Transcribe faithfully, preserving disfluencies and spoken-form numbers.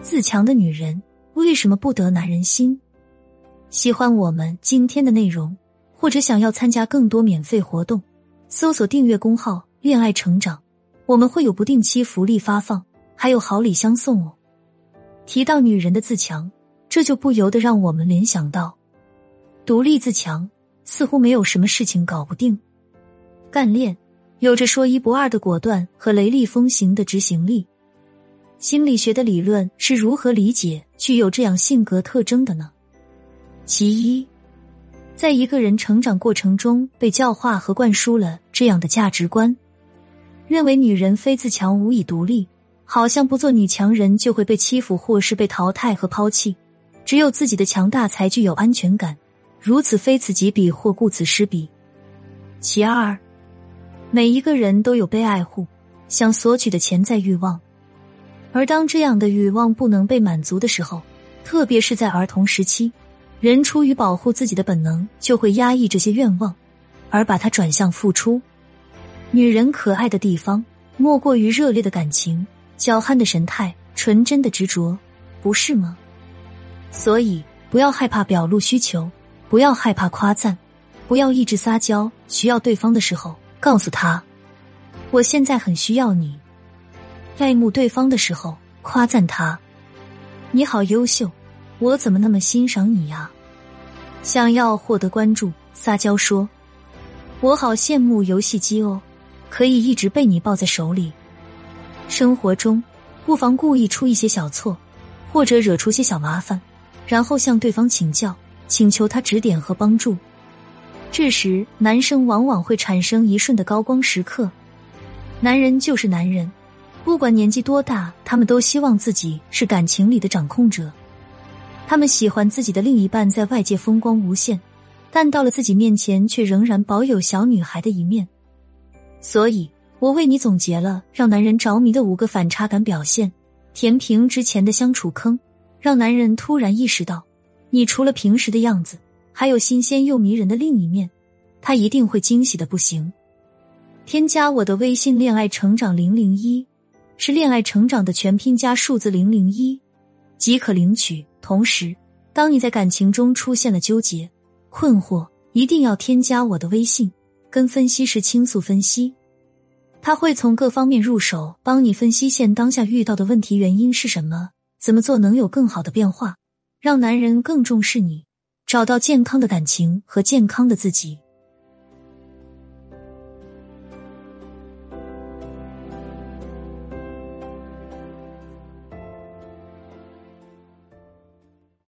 自强的女人为什么不得男人心？喜欢我们今天的内容，或者想要参加更多免费活动，搜索订阅公号恋爱成长，我们会有不定期福利发放，还有好礼相送哦。提到女人的自强，这就不由得让我们联想到独立自强似乎没有什么事情搞不定。干练有着说一不二的果断和雷厉风行的执行力。心理学的理论是如何理解具有这样性格特征的呢？其一，在一个人成长过程中被教化和灌输了这样的价值观，认为女人非自强无以独立，好像不做女强人就会被欺负或是被淘汰和抛弃，只有自己的强大才具有安全感，如此非此即彼或顾此失彼。其二，每一个人都有被爱护、想索取的潜在欲望，而当这样的欲望不能被满足的时候，特别是在儿童时期，人出于保护自己的本能就会压抑这些愿望，而把它转向付出。女人可爱的地方莫过于热烈的感情、娇憨的神态、纯真的执着，不是吗？所以不要害怕表露需求，不要害怕夸赞，不要一直撒娇，需要对方的时候告诉他我现在很需要你。爱慕对方的时候夸赞他你好优秀，我怎么那么欣赏你呀？想要获得关注，撒娇说我好羡慕游戏机哦，可以一直被你抱在手里。生活中不妨故意出一些小错，或者惹出些小麻烦，然后向对方请教，请求他指点和帮助。这时男生往往会产生一瞬的高光时刻。男人就是男人，不管年纪多大，他们都希望自己是感情里的掌控者。他们喜欢自己的另一半在外界风光无限，但到了自己面前却仍然保有小女孩的一面。所以我为你总结了让男人着迷的五个反差感表现，填平之前的相处坑，让男人突然意识到你除了平时的样子，还有新鲜又迷人的另一面，他一定会惊喜的不行。添加我的微信恋爱成长零零一，是恋爱成长的全拼加数字零零一，即可领取。同时当你在感情中出现了纠结、困惑，一定要添加我的微信，跟分析师倾诉分析。他会从各方面入手，帮你分析现当下遇到的问题原因是什么，怎么做能有更好的变化，让男人更重视你，找到健康的感情和健康的自己。